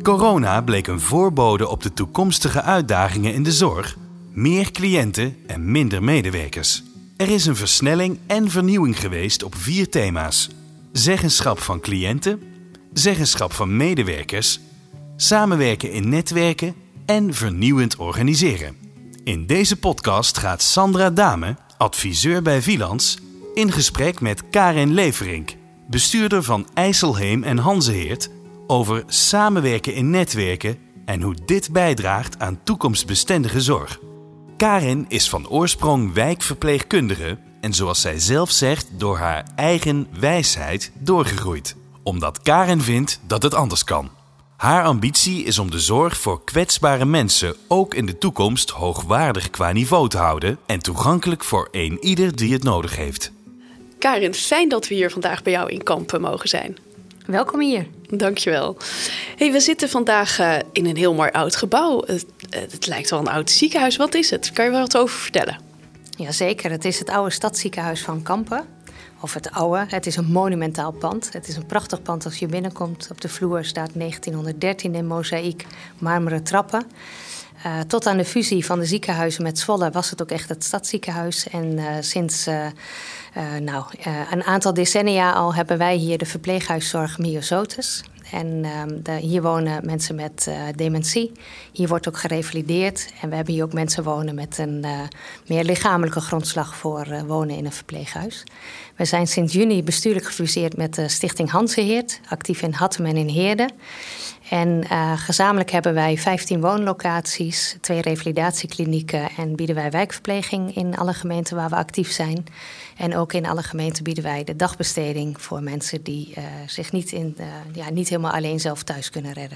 Corona bleek een voorbode op de toekomstige uitdagingen in de zorg. Meer cliënten en minder medewerkers. Er is een versnelling en vernieuwing geweest op 4 thema's. Zeggenschap van cliënten, zeggenschap van medewerkers, samenwerken in netwerken en vernieuwend organiseren. In deze podcast gaat Sandra Dame, adviseur bij Vilans, in gesprek met Karin Leverink, bestuurder van IJsselheem en Hanzeheert, over samenwerken in netwerken en hoe dit bijdraagt aan toekomstbestendige zorg. Karin is van oorsprong wijkverpleegkundige en zoals zij zelf zegt door haar eigen wijsheid doorgegroeid. Omdat Karin vindt dat het anders kan. Haar ambitie is om de zorg voor kwetsbare mensen ook in de toekomst hoogwaardig qua niveau te houden en toegankelijk voor eenieder die het nodig heeft. Karin, fijn dat we hier vandaag bij jou in Kampen mogen zijn. Welkom hier. Dankjewel. Hey, we zitten vandaag in een heel mooi oud gebouw. Het lijkt wel een oud ziekenhuis. Wat is het? Kan je er wat over vertellen? Jazeker, het is het oude stadsziekenhuis van Kampen. Of het oude, het is een monumentaal pand. Het is een prachtig pand als je binnenkomt. Op de vloer staat 1913 in mozaïek, marmeren trappen. Tot aan de fusie van de ziekenhuizen met Zwolle was het ook echt het stadsziekenhuis. En sinds een aantal decennia al hebben wij hier de verpleeghuiszorg Myosotis. En hier wonen mensen met dementie. Hier wordt ook gerevalideerd. En we hebben hier ook mensen wonen met een meer lichamelijke grondslag voor wonen in een verpleeghuis. We zijn sinds juni bestuurlijk gefuseerd met de Stichting Hanzeheert, actief in Hattem en in Heerden. En gezamenlijk hebben wij 15 woonlocaties, 2 revalidatieklinieken en bieden wij wijkverpleging in alle gemeenten waar we actief zijn. En ook in alle gemeenten bieden wij de dagbesteding voor mensen die zich niet helemaal alleen zelf thuis kunnen redden.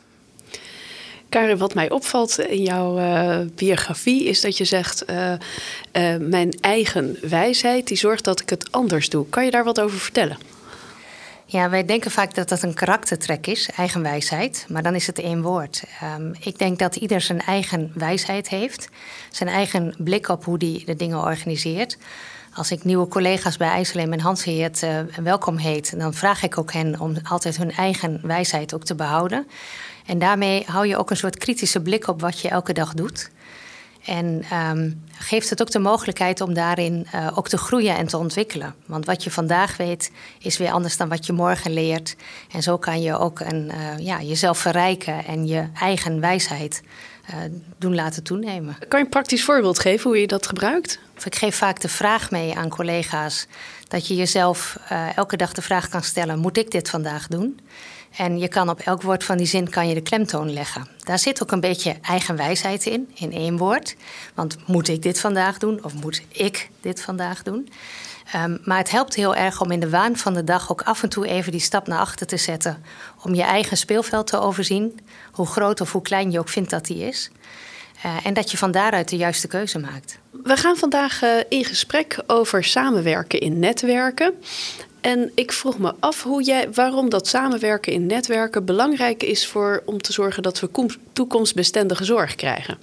Karin, wat mij opvalt in jouw biografie is dat je zegt mijn eigen wijsheid die zorgt dat ik het anders doe. Kan je daar wat over vertellen? Ja, wij denken vaak dat dat een karaktertrek is, eigen wijsheid. Maar dan is het 1 woord. Ik denk dat ieder zijn eigen wijsheid heeft. Zijn eigen blik op hoe hij de dingen organiseert. Als ik nieuwe collega's bij IJsselheem en Hanzeheert welkom heet, dan vraag ik ook hen om altijd hun eigen wijsheid ook te behouden. En daarmee hou je ook een soort kritische blik op wat je elke dag doet. En geeft het ook de mogelijkheid om daarin ook te groeien en te ontwikkelen. Want wat je vandaag weet is weer anders dan wat je morgen leert. En zo kan je ook jezelf verrijken en je eigen wijsheid doen laten toenemen. Kan je een praktisch voorbeeld geven hoe je dat gebruikt? Of ik geef vaak de vraag mee aan collega's dat je jezelf elke dag de vraag kan stellen: moet ik dit vandaag doen? En je kan op elk woord van die zin kan je de klemtoon leggen. Daar zit ook een beetje eigen wijsheid in 1 woord. Want moet ik dit vandaag doen of moet ik dit vandaag doen? Maar het helpt heel erg om in de waan van de dag ook af en toe even die stap naar achter te zetten. Om je eigen speelveld te overzien. Hoe groot of hoe klein je ook vindt dat die is. En dat je van daaruit de juiste keuze maakt. We gaan vandaag in gesprek over samenwerken in netwerken. En ik vroeg me af waarom dat samenwerken in netwerken belangrijk is om te zorgen dat we toekomstbestendige zorg krijgen.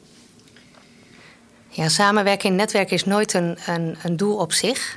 Ja, samenwerken in netwerken is nooit een doel op zich.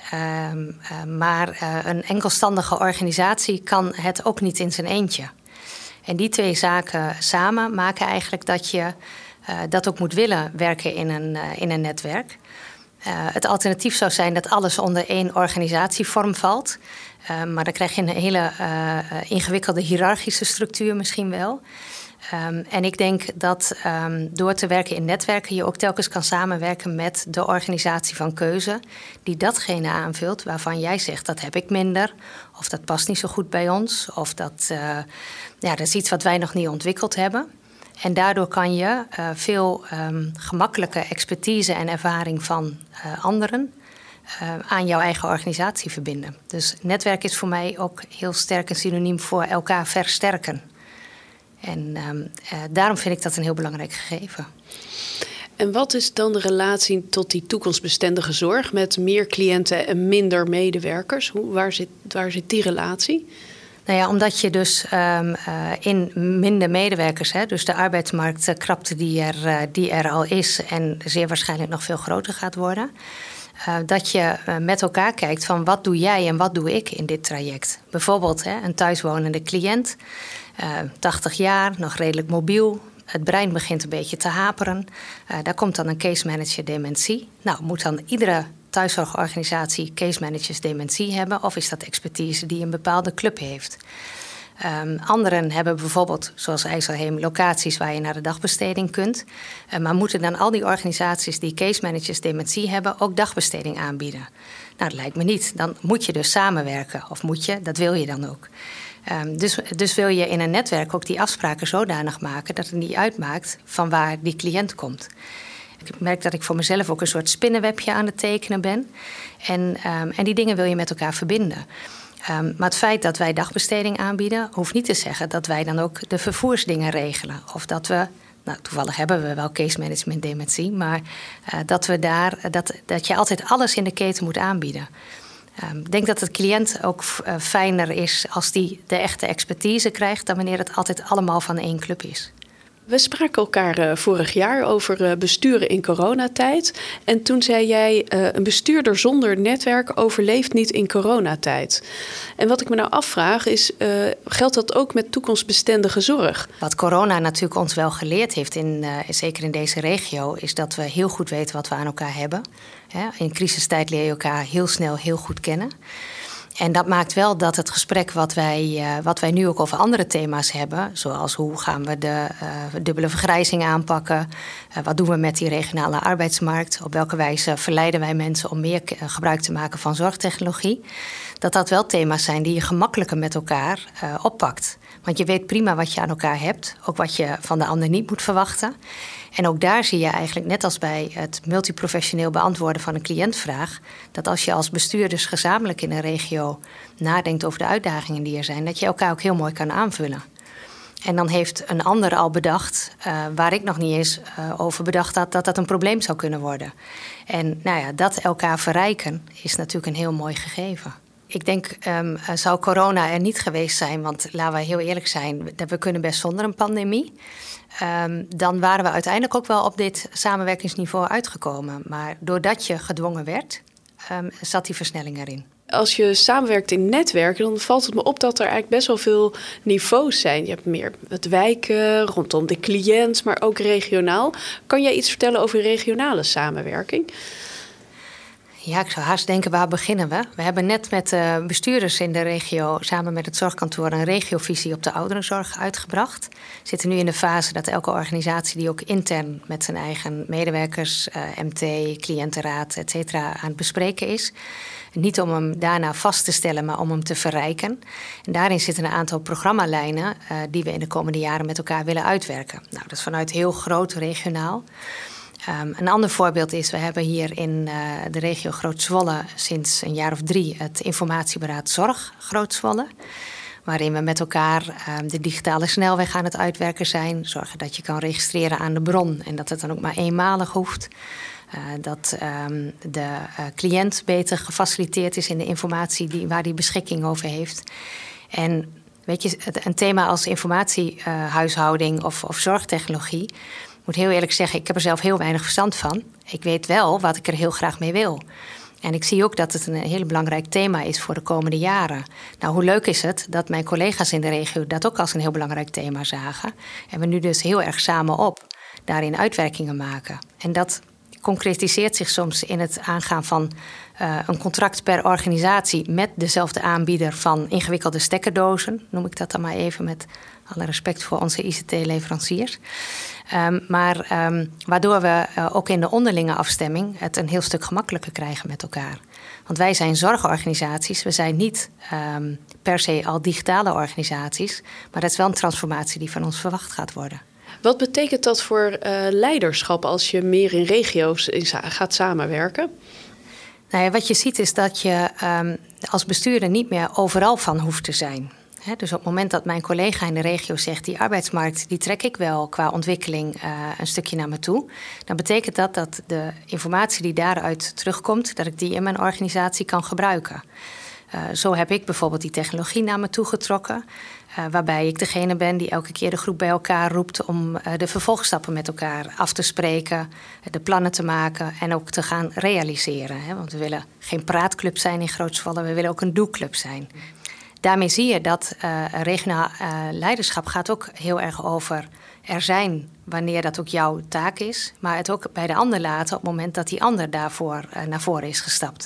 Maar een enkelstandige organisatie kan het ook niet in zijn eentje. En die 2 zaken samen maken eigenlijk dat je dat ook moet willen werken in een netwerk. Het alternatief zou zijn dat alles onder 1 organisatievorm valt. Maar dan krijg je een hele ingewikkelde hiërarchische structuur misschien wel. En ik denk dat door te werken in netwerken je ook telkens kan samenwerken met de organisatie van keuze die datgene aanvult waarvan jij zegt dat heb ik minder of dat past niet zo goed bij ons of dat is iets wat wij nog niet ontwikkeld hebben. En daardoor kan je veel gemakkelijke expertise en ervaring van anderen aan jouw eigen organisatie verbinden. Dus netwerk is voor mij ook heel sterk een synoniem voor elkaar versterken. En daarom vind ik dat een heel belangrijk gegeven. En wat is dan de relatie tot die toekomstbestendige zorg met meer cliënten en minder medewerkers? Waar zit die relatie? Nou ja, omdat je dus in minder medewerkers, dus de arbeidsmarktkrapte die er al is en zeer waarschijnlijk nog veel groter gaat worden, dat je met elkaar kijkt van wat doe jij en wat doe ik in dit traject. Bijvoorbeeld een thuiswonende cliënt, 80 jaar, nog redelijk mobiel. Het brein begint een beetje te haperen. Daar komt dan een case manager dementie. Nou, moet dan iedere thuiszorgorganisatie case managers dementie hebben? Of is dat expertise die een bepaalde club heeft? Anderen hebben bijvoorbeeld, zoals IJsselheem, locaties waar je naar de dagbesteding kunt. Maar moeten dan al die organisaties die case managers dementie hebben ook dagbesteding aanbieden? Nou, dat lijkt me niet. Dan moet je dus samenwerken. Of moet je, dat wil je dan ook. Dus wil je in een netwerk ook die afspraken zodanig maken dat het niet uitmaakt van waar die cliënt komt. Ik merk dat ik voor mezelf ook een soort spinnenwebje aan het tekenen ben. En die dingen wil je met elkaar verbinden. Maar het feit dat wij dagbesteding aanbieden, hoeft niet te zeggen dat wij dan ook de vervoersdingen regelen. Of dat we, nou toevallig hebben we wel case management dementie, maar dat je altijd alles in de keten moet aanbieden. Ik denk dat het cliënt ook fijner is als die de echte expertise krijgt dan wanneer het altijd allemaal van één club is. We spraken elkaar vorig jaar over besturen in coronatijd. En toen zei jij, een bestuurder zonder netwerk overleeft niet in coronatijd. En wat ik me nou afvraag is, geldt dat ook met toekomstbestendige zorg? Wat corona natuurlijk ons wel geleerd heeft, zeker in deze regio, is dat we heel goed weten wat we aan elkaar hebben. In crisistijd leer je elkaar heel snel heel goed kennen. En dat maakt wel dat het gesprek wat wij nu ook over andere thema's hebben, zoals hoe gaan we de dubbele vergrijzing aanpakken, wat doen we met die regionale arbeidsmarkt, op welke wijze verleiden wij mensen om meer gebruik te maken van zorgtechnologie, dat wel thema's zijn die je gemakkelijker met elkaar oppakt. Want je weet prima wat je aan elkaar hebt, ook wat je van de ander niet moet verwachten. En ook daar zie je eigenlijk, net als bij het multiprofessioneel beantwoorden van een cliëntvraag, dat als je als bestuurders gezamenlijk in een regio nadenkt over de uitdagingen die er zijn, dat je elkaar ook heel mooi kan aanvullen. En dan heeft een ander al bedacht, waar ik nog niet eens over bedacht had, dat dat een probleem zou kunnen worden. En nou ja, dat elkaar verrijken is natuurlijk een heel mooi gegeven. Ik denk, zou corona er niet geweest zijn, want laten we heel eerlijk zijn, we kunnen best zonder een pandemie. Dan waren we uiteindelijk ook wel op dit samenwerkingsniveau uitgekomen. Maar doordat je gedwongen werd, zat die versnelling erin. Als je samenwerkt in netwerken, dan valt het me op dat er eigenlijk best wel veel niveaus zijn. Je hebt meer het wijken, rondom de cliënt, maar ook regionaal. Kan jij iets vertellen over regionale samenwerking? Ja, ik zou haast denken, waar beginnen we? We hebben net met bestuurders in de regio samen met het zorgkantoor een regiovisie op de ouderenzorg uitgebracht. We zitten nu in de fase dat elke organisatie die ook intern met zijn eigen medewerkers, MT, cliëntenraad, et cetera, aan het bespreken is. Niet om hem daarna vast te stellen, maar om hem te verrijken. En daarin zitten een aantal programmalijnen die we in de komende jaren met elkaar willen uitwerken. Nou, dat is vanuit heel groot regionaal. Een ander voorbeeld is, we hebben hier in de regio Groot-Zwolle sinds een jaar of 3 het Informatieberaad Zorg Groot-Zwolle. Waarin we met elkaar de digitale snelweg aan het uitwerken zijn. Zorgen dat je kan registreren aan de bron en dat het dan ook maar eenmalig hoeft. Dat de cliënt beter gefaciliteerd is in de informatie waar die beschikking over heeft. En weet je, een thema als informatiehuishouding of zorgtechnologie. Ik moet heel eerlijk zeggen, ik heb er zelf heel weinig verstand van. Ik weet wel wat ik er heel graag mee wil. En ik zie ook dat het een heel belangrijk thema is voor de komende jaren. Nou, hoe leuk is het dat mijn collega's in de regio dat ook als een heel belangrijk thema zagen. En we nu dus heel erg samen op daarin uitwerkingen maken. En dat concretiseert zich soms in het aangaan van een contract per organisatie met dezelfde aanbieder van ingewikkelde stekkerdozen. Noem ik dat dan maar even met alle respect voor onze ICT-leveranciers. Waardoor we ook in de onderlinge afstemming het een heel stuk gemakkelijker krijgen met elkaar. Want wij zijn zorgorganisaties, we zijn niet per se al digitale organisaties, maar dat is wel een transformatie die van ons verwacht gaat worden. Wat betekent dat voor leiderschap als je meer in regio's gaat samenwerken? Nou ja, wat je ziet is dat je als bestuurder niet meer overal van hoeft te zijn. Dus op het moment dat mijn collega in de regio zegt, die arbeidsmarkt die trek ik wel qua ontwikkeling een stukje naar me toe, dan betekent dat de informatie die daaruit terugkomt, dat ik die in mijn organisatie kan gebruiken. Zo heb ik bijvoorbeeld die technologie naar me toe getrokken. Waarbij ik degene ben die elke keer de groep bij elkaar roept om de vervolgstappen met elkaar af te spreken, de plannen te maken en ook te gaan realiseren. Hè? Want we willen geen praatclub zijn in Grootswalde, we willen ook een doelclub zijn. Daarmee zie je dat regionaal leiderschap gaat ook heel erg over er zijn wanneer dat ook jouw taak is, maar het ook bij de ander laten op het moment dat die ander daarvoor naar voren is gestapt.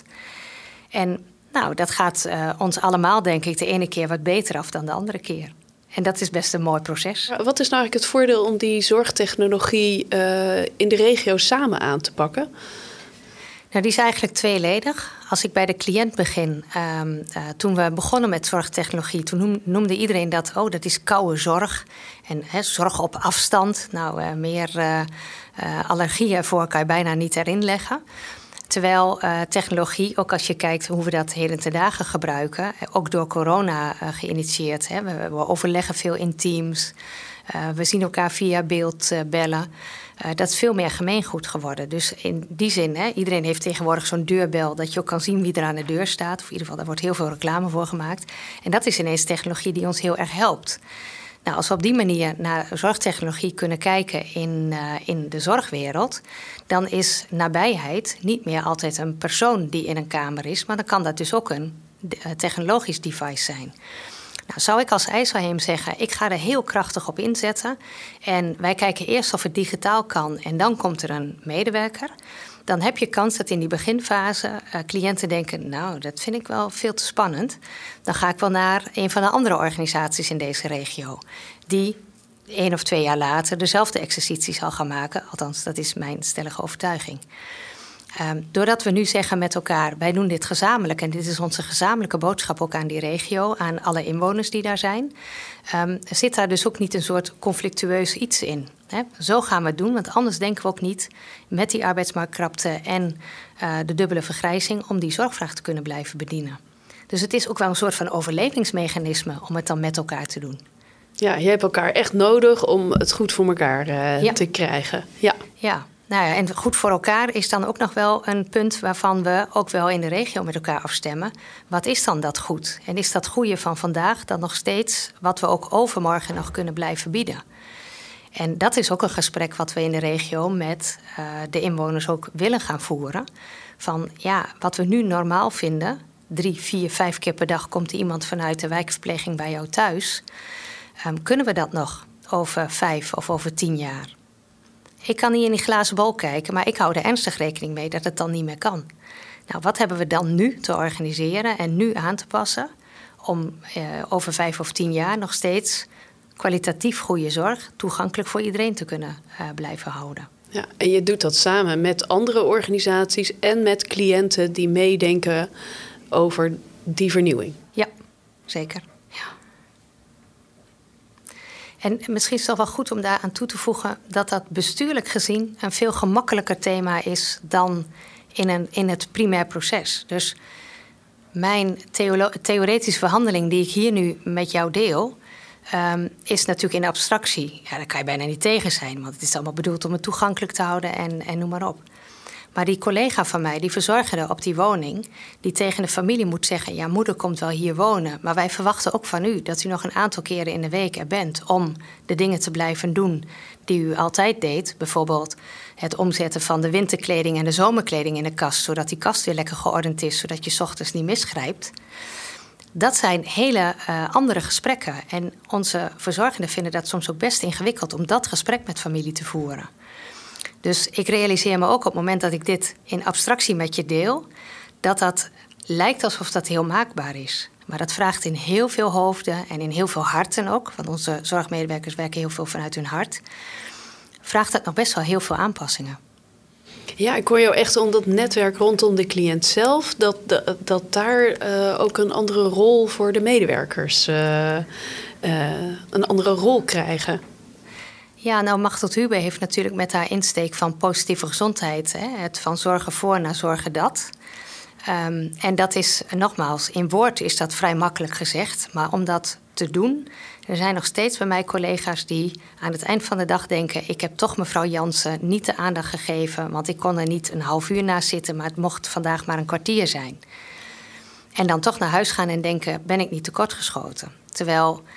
En nou, dat gaat ons allemaal, denk ik, de ene keer wat beter af dan de andere keer. En dat is best een mooi proces. Wat is nou eigenlijk het voordeel om die zorgtechnologie in de regio samen aan te pakken? Nou, die is eigenlijk tweeledig. Als ik bij de cliënt begin, toen we begonnen met zorgtechnologie, toen noemde iedereen dat, dat is koude zorg. En zorg op afstand. Nou, meer allergieën voor kan je bijna niet erin leggen. Terwijl technologie, ook als je kijkt hoe we dat heden ten dagen gebruiken, ook door corona geïnitieerd. Hè. We overleggen veel in Teams. We zien elkaar via beeld bellen. Dat is veel meer gemeengoed geworden. Dus in die zin, iedereen heeft tegenwoordig zo'n deurbel dat je ook kan zien wie er aan de deur staat. Of in ieder geval, daar wordt heel veel reclame voor gemaakt. En dat is ineens technologie die ons heel erg helpt. Nou, als we op die manier naar zorgtechnologie kunnen kijken in de zorgwereld, dan is nabijheid niet meer altijd een persoon die in een kamer is, maar dan kan dat dus ook een technologisch device zijn. Nou, zou ik als IJsselheem zeggen, ik ga er heel krachtig op inzetten en wij kijken eerst of het digitaal kan en dan komt er een medewerker. Dan heb je kans dat in die beginfase cliënten denken, nou, dat vind ik wel veel te spannend. Dan ga ik wel naar een van de andere organisaties in deze regio, die 1 of 2 jaar later dezelfde exercitie zal gaan maken. Althans, dat is mijn stellige overtuiging. Doordat we nu zeggen met elkaar, wij doen dit gezamenlijk en dit is onze gezamenlijke boodschap ook aan die regio, aan alle inwoners die daar zijn, zit daar dus ook niet een soort conflictueus iets in. Hè? Zo gaan we het doen, want anders denken we ook niet met die arbeidsmarktkrapte en de dubbele vergrijzing om die zorgvraag te kunnen blijven bedienen. Dus het is ook wel een soort van overlevingsmechanisme om het dan met elkaar te doen. Ja, je hebt elkaar echt nodig om het goed voor elkaar te krijgen. Ja. Nou ja, en goed voor elkaar is dan ook nog wel een punt waarvan we ook wel in de regio met elkaar afstemmen. Wat is dan dat goed? En is dat goede van vandaag dan nog steeds wat we ook overmorgen nog kunnen blijven bieden? En dat is ook een gesprek wat we in de regio met de inwoners ook willen gaan voeren. Van ja, wat we nu normaal vinden, 3, 4, 5 keer per dag komt er iemand vanuit de wijkverpleging bij jou thuis. Kunnen we dat nog over 5 of over 10 jaar? Ik kan niet in die glazen bol kijken, maar ik hou er ernstig rekening mee dat het dan niet meer kan. Nou, wat hebben we dan nu te organiseren en nu aan te passen om over 5 of 10 jaar nog steeds kwalitatief goede zorg toegankelijk voor iedereen te kunnen blijven houden? Ja, en je doet dat samen met andere organisaties en met cliënten die meedenken over die vernieuwing. Ja, zeker. En misschien is het wel goed om daar aan toe te voegen dat dat bestuurlijk gezien een veel gemakkelijker thema is dan in het primair proces. Dus mijn theoretische verhandeling die ik hier nu met jou deel, is natuurlijk in de abstractie. Ja, daar kan je bijna niet tegen zijn, want het is allemaal bedoeld om het toegankelijk te houden en noem maar op. Maar die collega van mij, die verzorgde op die woning, die tegen de familie moet zeggen, ja, moeder komt wel hier wonen, maar wij verwachten ook van u dat u nog een aantal keren in de week er bent om de dingen te blijven doen die u altijd deed. Bijvoorbeeld het omzetten van de winterkleding en de zomerkleding in de kast, zodat die kast weer lekker geordend is, zodat je 's ochtends niet misgrijpt. Dat zijn hele andere gesprekken. En onze verzorgenden vinden dat soms ook best ingewikkeld om dat gesprek met familie te voeren. Dus ik realiseer me ook op het moment dat ik dit in abstractie met je deel, dat lijkt alsof dat heel maakbaar is. Maar dat vraagt in heel veel hoofden en in heel veel harten ook, want onze zorgmedewerkers werken heel veel vanuit hun hart, vraagt dat nog best wel heel veel aanpassingen. Ja, ik hoor jou echt om dat netwerk rondom de cliënt zelf, dat daar ook een andere rol voor de medewerkers, een andere rol krijgen. Ja, nou, Machtel Hube heeft natuurlijk met haar insteek van positieve gezondheid, het van zorgen voor naar zorgen dat. En dat is, nogmaals, in woord is dat vrij makkelijk gezegd. Maar om dat te doen, er zijn nog steeds bij mij collega's die aan het eind van de dag denken, ik heb toch mevrouw Jansen niet de aandacht gegeven, want ik kon er niet een half uur naast zitten, maar het mocht vandaag maar een kwartier zijn. En dan toch naar huis gaan en denken, ben ik niet tekortgeschoten? Terwijl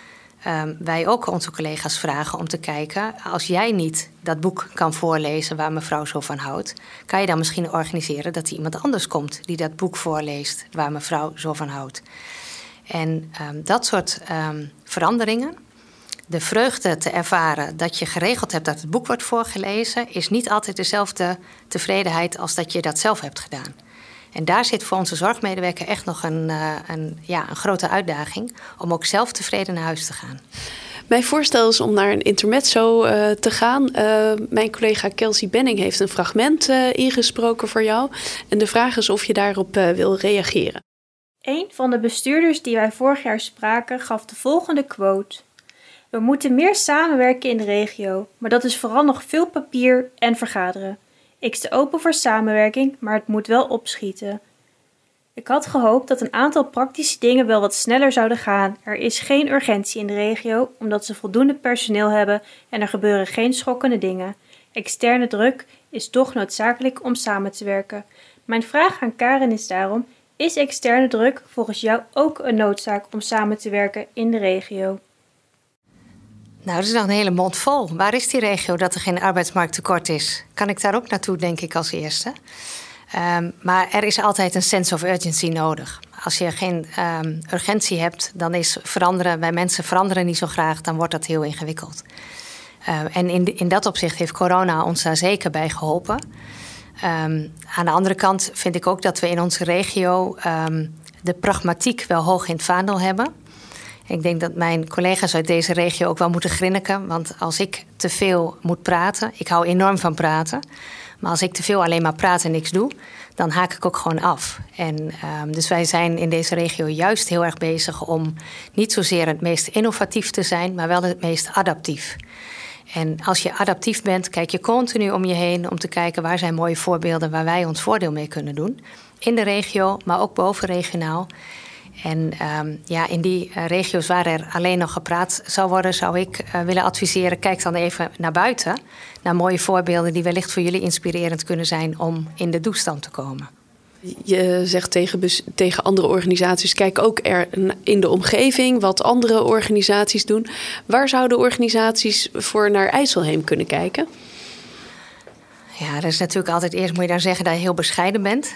wij ook onze collega's vragen om te kijken, als jij niet dat boek kan voorlezen waar mevrouw zo van houdt, kan je dan misschien organiseren dat er iemand anders komt die dat boek voorleest waar mevrouw zo van houdt. En dat soort veranderingen, de vreugde te ervaren dat je geregeld hebt dat het boek wordt voorgelezen, is niet altijd dezelfde tevredenheid als dat je dat zelf hebt gedaan. En daar zit voor onze zorgmedewerker echt nog een grote uitdaging om ook zelf tevreden naar huis te gaan. Mijn voorstel is om naar een intermezzo te gaan. Mijn collega Kelsey Benning heeft een fragment ingesproken voor jou. En de vraag is of je daarop wil reageren. Een van de bestuurders die wij vorig jaar spraken gaf de volgende quote. We moeten meer samenwerken in de regio, maar dat is vooral nog veel papier en vergaderen. Ik sta open voor samenwerking, maar het moet wel opschieten. Ik had gehoopt dat een aantal praktische dingen wel wat sneller zouden gaan. Er is geen urgentie in de regio, omdat ze voldoende personeel hebben en er gebeuren geen schokkende dingen. Externe druk is toch noodzakelijk om samen te werken. Mijn vraag aan Karen is daarom, is externe druk volgens jou ook een noodzaak om samen te werken in de regio? Nou, dat is nog een hele mond vol. Waar is die regio dat er geen arbeidsmarkttekort is? Kan ik daar ook naartoe, denk ik, als eerste? Maar er is altijd een sense of urgency nodig. Als je geen urgentie hebt, dan is veranderen, wij mensen veranderen niet zo graag, dan wordt dat heel ingewikkeld. En in dat opzicht heeft corona ons daar zeker bij geholpen. Aan de andere kant vind ik ook dat we in onze regio de pragmatiek wel hoog in het vaandel hebben. Ik denk dat mijn collega's uit deze regio ook wel moeten grinniken. Want als ik te veel moet praten, ik hou enorm van praten. Maar als ik te veel alleen maar praat en niks doe, dan haak ik ook gewoon af. En dus wij zijn in deze regio juist heel erg bezig om niet zozeer het meest innovatief te zijn, maar wel het meest adaptief. En als je adaptief bent, kijk je continu om je heen om te kijken waar zijn mooie voorbeelden waar wij ons voordeel mee kunnen doen. In de regio, maar ook bovenregionaal. En in die regio's waar er alleen nog gepraat zou worden, zou ik willen adviseren, kijk dan even naar buiten. Naar mooie voorbeelden die wellicht voor jullie inspirerend kunnen zijn om in de doestand te komen. Je zegt tegen andere organisaties, kijk ook er in de omgeving wat andere organisaties doen. Waar zouden organisaties voor naar IJsselheem kunnen kijken? Ja, dat is natuurlijk altijd eerst moet je dan zeggen dat je heel bescheiden bent.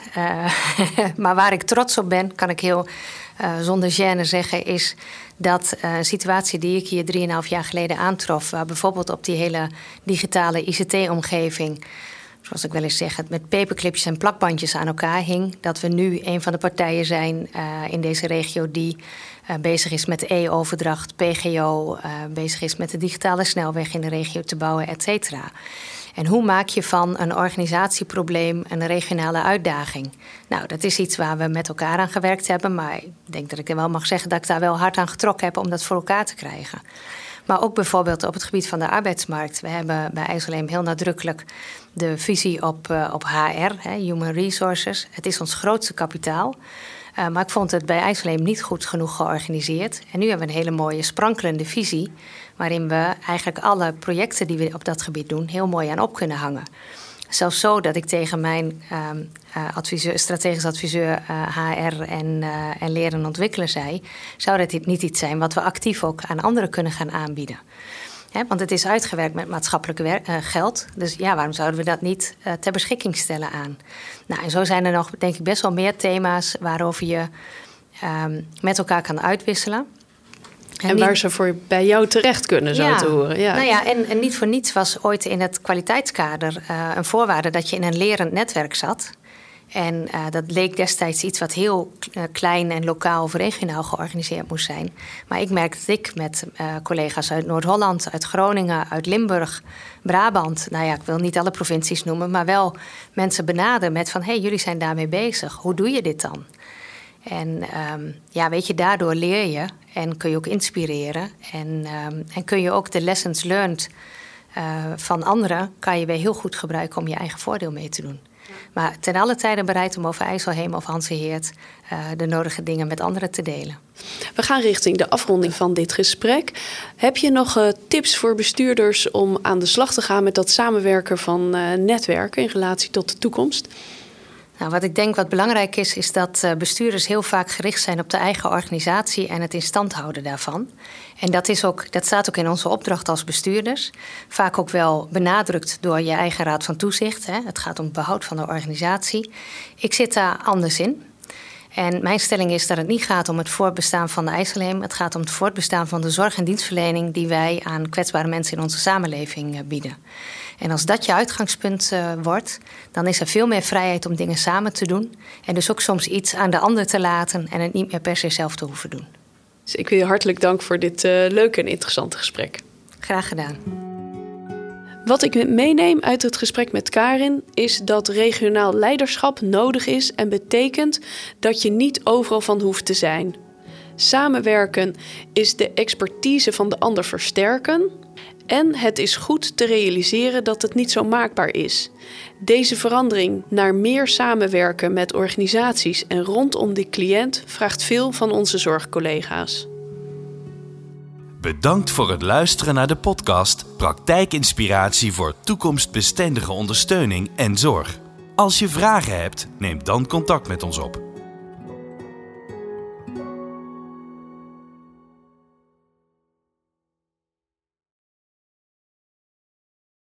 Maar waar ik trots op ben, kan ik heel zonder gêne zeggen, is dat een situatie die ik hier 3,5 jaar geleden aantrof, waar bijvoorbeeld op die hele digitale ICT-omgeving, zoals ik wel eens zeg, het met paperclipjes en plakbandjes aan elkaar hing, dat we nu een van de partijen zijn in deze regio die bezig is met e-overdracht, PGO, bezig is met de digitale snelweg in de regio te bouwen, et cetera. En hoe maak je van een organisatieprobleem een regionale uitdaging? Nou, dat is iets waar we met elkaar aan gewerkt hebben. Maar ik denk dat ik er wel mag zeggen dat ik daar wel hard aan getrokken heb om dat voor elkaar te krijgen. Maar ook bijvoorbeeld op het gebied van de arbeidsmarkt. We hebben bij IJsselheem heel nadrukkelijk de visie op HR, Human Resources. Het is ons grootste kapitaal. Maar ik vond het bij IJsselheem niet goed genoeg georganiseerd. En nu hebben we een hele mooie sprankelende visie, waarin we eigenlijk alle projecten die we op dat gebied doen heel mooi aan op kunnen hangen. Zelfs zo dat ik tegen mijn strategisch adviseur HR en leren en ontwikkelen zei, zou dat niet iets zijn wat we actief ook aan anderen kunnen gaan aanbieden. Want het is uitgewerkt met maatschappelijk geld. Dus ja, waarom zouden we dat niet ter beschikking stellen aan? Nou, en zo zijn er nog, denk ik, best wel meer thema's waarover je met elkaar kan uitwisselen. En waar ze voor bij jou terecht kunnen, zo te horen. Ja. Nou ja, en niet voor niets was ooit in het kwaliteitskader een voorwaarde dat je in een lerend netwerk zat. En dat leek destijds iets wat heel klein en lokaal of regionaal georganiseerd moest zijn. Maar ik merk dat ik met collega's uit Noord-Holland, uit Groningen, uit Limburg, Brabant, nou ja, ik wil niet alle provincies noemen, maar wel mensen benader met van, hey, jullie zijn daarmee bezig. Hoe doe je dit dan? En weet je, daardoor leer je en kun je ook inspireren. En kun je ook de lessons learned van anderen, kan je weer heel goed gebruiken om je eigen voordeel mee te doen. Maar ten alle tijde bereid om over IJsselheem of Hanzeheert de nodige dingen met anderen te delen. We gaan richting de afronding van dit gesprek. Heb je nog tips voor bestuurders om aan de slag te gaan met dat samenwerken van netwerken in relatie tot de toekomst? Nou, wat ik denk wat belangrijk is dat bestuurders heel vaak gericht zijn op de eigen organisatie en het in stand houden daarvan. En dat staat ook in onze opdracht als bestuurders. Vaak ook wel benadrukt door je eigen raad van toezicht. Hè. Het gaat om het behoud van de organisatie. Ik zit daar anders in. En mijn stelling is dat het niet gaat om het voortbestaan van de IJsselheem. Het gaat om het voortbestaan van de zorg- en dienstverlening die wij aan kwetsbare mensen in onze samenleving bieden. En als dat je uitgangspunt wordt, dan is er veel meer vrijheid om dingen samen te doen. En dus ook soms iets aan de ander te laten en het niet meer per se zelf te hoeven doen. Dus ik wil je hartelijk dank voor dit leuke en interessante gesprek. Graag gedaan. Wat ik meeneem uit het gesprek met Karin is dat regionaal leiderschap nodig is en betekent dat je niet overal van hoeft te zijn. Samenwerken is de expertise van de ander versterken en het is goed te realiseren dat het niet zo maakbaar is. Deze verandering naar meer samenwerken met organisaties en rondom de cliënt vraagt veel van onze zorgcollega's. Bedankt voor het luisteren naar de podcast Praktijkinspiratie voor toekomstbestendige ondersteuning en zorg. Als je vragen hebt, neem dan contact met ons op.